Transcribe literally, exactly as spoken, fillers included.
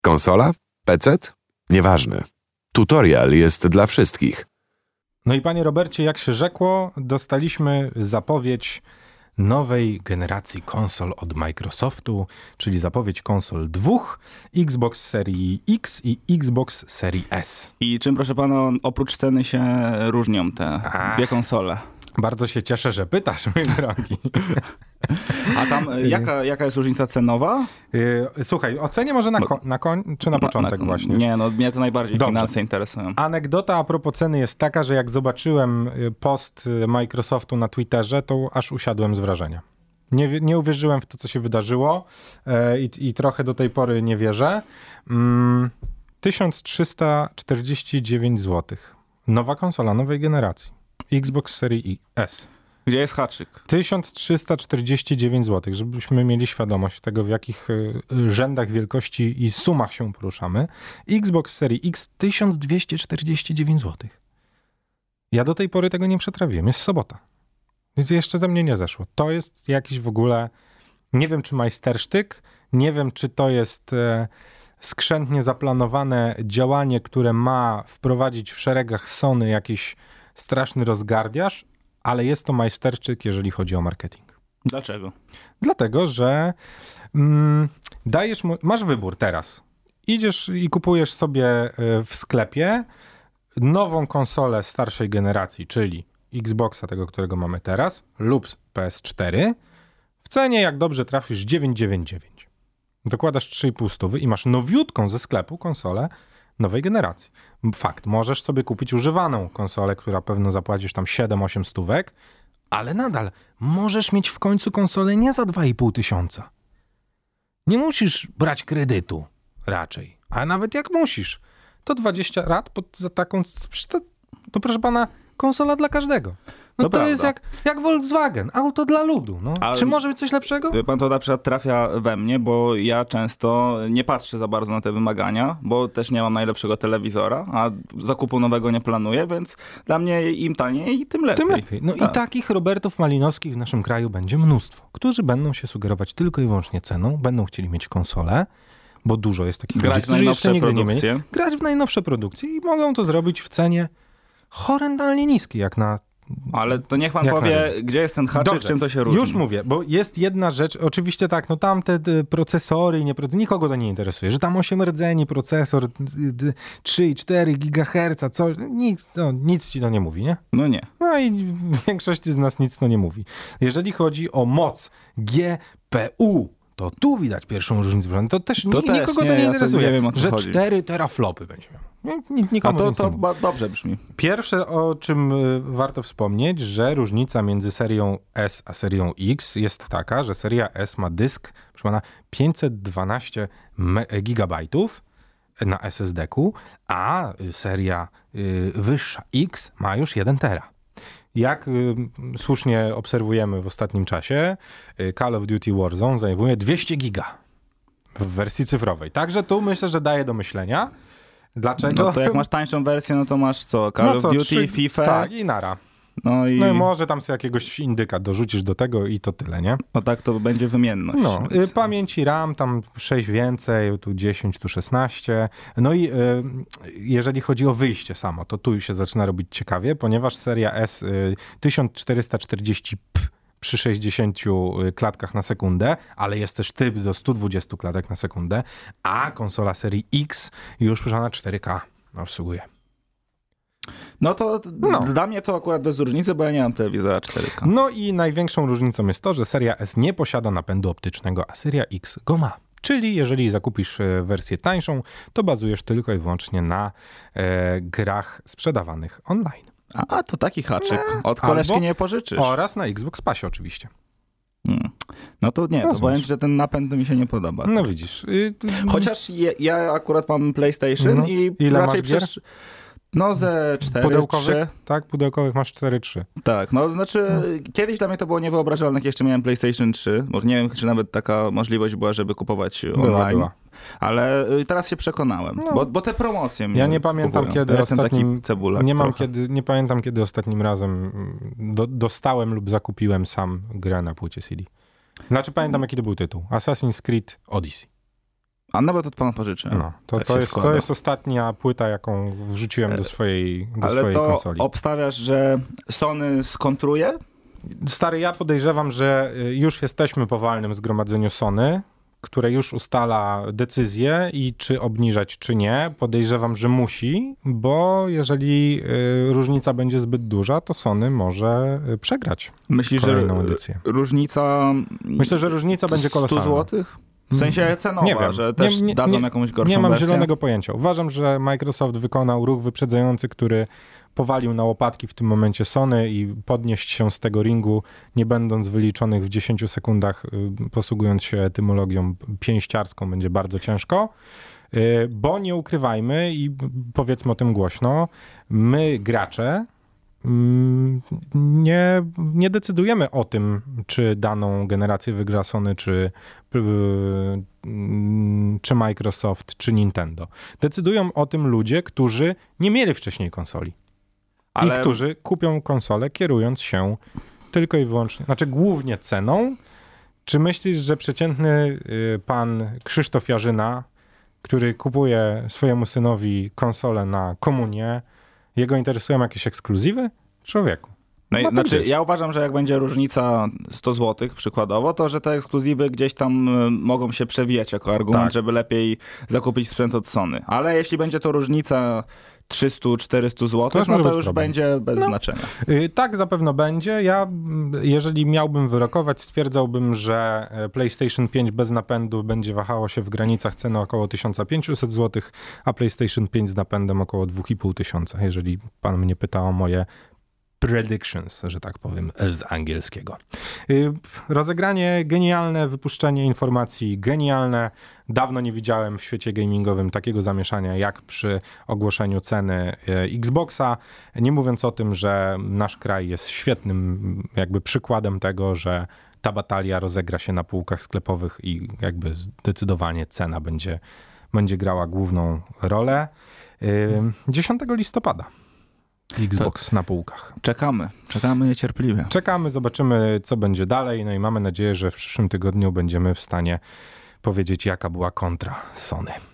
Konsola? P C? Nieważne. Tutorial jest dla wszystkich. No i panie Robercie, jak się rzekło, dostaliśmy zapowiedź nowej generacji konsol od Microsoftu, czyli zapowiedź konsol dwóch, Xbox Serii X i Xbox Serii S. I czym, proszę pana, oprócz ceny się różnią te Ach. dwie konsole? Bardzo się cieszę, że pytasz, mój drogi. A tam jaka, jaka jest różnica cenowa? Słuchaj, ocenię może na, ko- na koń, czy na początek na, właśnie? Nie, no mnie to najbardziej Dobrze. Finanse interesują. Anegdota a propos ceny jest taka, że jak zobaczyłem post Microsoftu na Twitterze, to aż usiadłem z wrażenia. Nie, nie uwierzyłem w to, co się wydarzyło e, i, i trochę do tej pory nie wierzę. Mm, tysiąc trzysta czterdzieści dziewięć złotych. Nowa konsola, nowej generacji. Xbox Series S. Gdzie jest haczyk? tysiąc trzysta czterdzieści dziewięć złotych, żebyśmy mieli świadomość tego, w jakich y, rzędach wielkości i sumach się poruszamy. Xbox Series X tysiąc dwieście czterdzieści dziewięć złotych. Ja do tej pory tego nie przetrawiłem. Jest sobota. Więc jeszcze ze mnie nie zeszło. To jest jakiś w ogóle, nie wiem czy majstersztyk, nie wiem czy to jest e, skrzętnie zaplanowane działanie, które ma wprowadzić w szeregach Sony jakiś straszny rozgardiaż, ale jest to majstersztyk, jeżeli chodzi o marketing. Dlaczego? Dlatego, że mm, dajesz mu, masz wybór teraz. Idziesz i kupujesz sobie w sklepie nową konsolę starszej generacji, czyli Xboxa, tego, którego mamy teraz, lub P S cztery, w cenie, jak dobrze trafisz, dziewięćset dziewięćdziesiąt dziewięć. Dokładasz trzy i pół stówy i masz nowiutką ze sklepu konsolę nowej generacji. Fakt, możesz sobie kupić używaną konsolę, która pewno zapłacisz tam siedem osiem stówek, ale nadal możesz mieć w końcu konsolę nie za dwa i pół tysiąca. Nie musisz brać kredytu raczej, a nawet jak musisz, to dwadzieścia rat pod, za taką, to, to proszę pana, konsola dla każdego. No to, to jest jak, jak Volkswagen, auto dla ludu. No. A czy może być coś lepszego? Pan to na przykład trafia we mnie, bo ja często nie patrzę za bardzo na te wymagania, bo też nie mam najlepszego telewizora, a zakupu nowego nie planuję, więc dla mnie im taniej, tym lepiej. Tym lepiej. No tak. I takich Robertów Malinowskich w naszym kraju będzie mnóstwo, którzy będą się sugerować tylko i wyłącznie ceną, będą chcieli mieć konsolę, bo dużo jest takich grać ludzi, którzy jeszcze nigdy produkcje. nie mieli. Grać w najnowsze produkcje i mogą to zrobić w cenie horrendalnie niskiej, jak na Ale to niech pan powie, gdzie jest ten haczyk, czym to się różni. Już mówię, bo jest jedna rzecz, oczywiście tak, no tam te, te procesory i nie procesory, nikogo to nie interesuje, że tam osiem rdzeni, procesor, trzy i cztery gigaherca, co, nic, no, nic ci to nie mówi, nie? No nie. No i większości z nas nic to nie mówi. Jeżeli chodzi o moc G P U, to tu widać pierwszą różnicę. To też, to ni- też nikogo nie, to nie ja interesuje, to nie wiem, że chodzi. cztery teraflopy będzie miał. Nikomu A to, nic to nie mówi. dobrze brzmi. Pierwsze, o czym warto wspomnieć, że różnica między serią S a serią X jest taka, że seria S ma dysk, proszę pana, pięćset dwanaście gigabajtów na S S D-ku, a seria y, wyższa X ma już jeden tera. Jak y, słusznie obserwujemy w ostatnim czasie, y, Call of Duty Warzone zajmuje dwieście giga w wersji cyfrowej. Także tu myślę, że daje do myślenia. Dlaczego? No to jak masz tańszą wersję, no to masz co? Call no of co, Duty, trzy, FIFA? Tak, i nara. No i... no i może tam sobie jakiegoś indyka dorzucisz do tego i to tyle, nie? No tak, to będzie wymienność. No, więc... y, pamięci RAM, tam sześć więcej, tu dziesięć, tu szesnaście. No i y, jeżeli chodzi o wyjście samo, to tu się zaczyna robić ciekawie, ponieważ seria S y, tysiąc czterysta czterdzieści p przy sześćdziesięciu klatkach na sekundę, ale jest też typ do stu dwudziestu klatek na sekundę, a konsola serii X już na cztery K obsługuje. No to no. Dla mnie to akurat bez różnicy, bo ja nie mam telewizora cztery K. No i największą różnicą jest to, że seria S nie posiada napędu optycznego, a seria X go ma. Czyli jeżeli zakupisz wersję tańszą, to bazujesz tylko i wyłącznie na e, grach sprzedawanych online. A, to taki haczyk. Od koleżki Albo, nie pożyczysz. Oraz na Xbox Passie oczywiście. Hmm. No to nie, to powiem, że ten napęd mi się nie podoba. No widzisz. Y, Chociaż je, ja akurat mam PlayStation no. i Ile raczej masz gier? Przez... No ze cztery, pudełkowych? trzy. Tak, pudełkowych masz cztery trzy. Tak, no znaczy no. Kiedyś dla mnie to było niewyobrażalne, jak jeszcze miałem PlayStation trzy, bo nie wiem, czy nawet taka możliwość była, żeby kupować była, online. Była. Ale teraz się przekonałem, no. bo, bo te promocje mnie Ja nie pamiętam kupują. kiedy ja ostatnim taki cebulak nie mam trochę. kiedy nie pamiętam kiedy ostatnim razem do, dostałem lub zakupiłem sam grę na płycie C D. Znaczy pamiętam jaki to był tytuł. Assassin's Creed Odyssey. A nawet od pana pożyczę. No, to, tak to, się jest, składa. to jest ostatnia płyta, jaką wrzuciłem do swojej, do Ale swojej to konsoli. obstawiasz, że Sony skontruje? Stary, ja podejrzewam, że już jesteśmy po walnym zgromadzeniu Sony, które już ustala decyzję i czy obniżać, czy nie. Podejrzewam, że musi, bo jeżeli y, różnica będzie zbyt duża, to Sony może y, przegrać Myślisz, że kolejną edycję. różnica... Myślę, że różnica będzie kolosalna. sto złotych? W sensie cenowa, Nie wiem. że też Nie- nie- dadzą nie- jakąś gorszą Nie mam wersję? zielonego pojęcia. Uważam, że Microsoft wykonał ruch wyprzedzający, który powalił na łopatki w tym momencie Sony i podnieść się z tego ringu, nie będąc wyliczonych w dziesięciu sekundach, y, posługując się etymologią pięściarską, będzie bardzo ciężko. Y, Bo nie ukrywajmy i powiedzmy o tym głośno, my gracze mm, nie, nie decydujemy o tym, czy daną generację wygra Sony, czy, y, mm, czy Microsoft, czy Nintendo. Decydują o tym ludzie, którzy nie mieli wcześniej konsoli. Ale- I którzy kupią konsolę, kierując się tylko i wyłącznie, znaczy głównie ceną. Czy myślisz, że przeciętny y, pan Krzysztof Jarzyna, który kupuje swojemu synowi konsolę na komunię, jego interesują jakieś ekskluzywy? Człowieku. No i, Ma to znaczy, gdzieś. ja uważam, że jak będzie różnica sto złotych przykładowo, to że te ekskluzywy gdzieś tam y, mogą się przewijać jako argument, Tak. żeby lepiej zakupić sprzęt od Sony. Ale jeśli będzie to różnica trzysta czterysta To złotych, już no może to być już problem. będzie bez No. znaczenia. Y, Tak zapewne będzie. Ja, mm, jeżeli miałbym wyrokować, stwierdzałbym, że e, PlayStation pięć bez napędu będzie wahało się w granicach ceny około tysiąc pięćset złotych, a PlayStation pięć z napędem około dwa i pół tysiąca, jeżeli pan mnie pyta o moje predictions, że tak powiem, z angielskiego. Y, Rozegranie genialne, wypuszczenie informacji genialne. Dawno nie widziałem w świecie gamingowym takiego zamieszania jak przy ogłoszeniu ceny y, Xboxa. Nie mówiąc o tym, że nasz kraj jest świetnym jakby przykładem tego, że ta batalia rozegra się na półkach sklepowych i jakby zdecydowanie cena będzie, będzie grała główną rolę. Y, dziesiątego listopada. Xbox na półkach. Czekamy, czekamy niecierpliwie. Czekamy, zobaczymy, co będzie dalej. No i mamy nadzieję, że w przyszłym tygodniu będziemy w stanie powiedzieć, jaka była kontra Sony.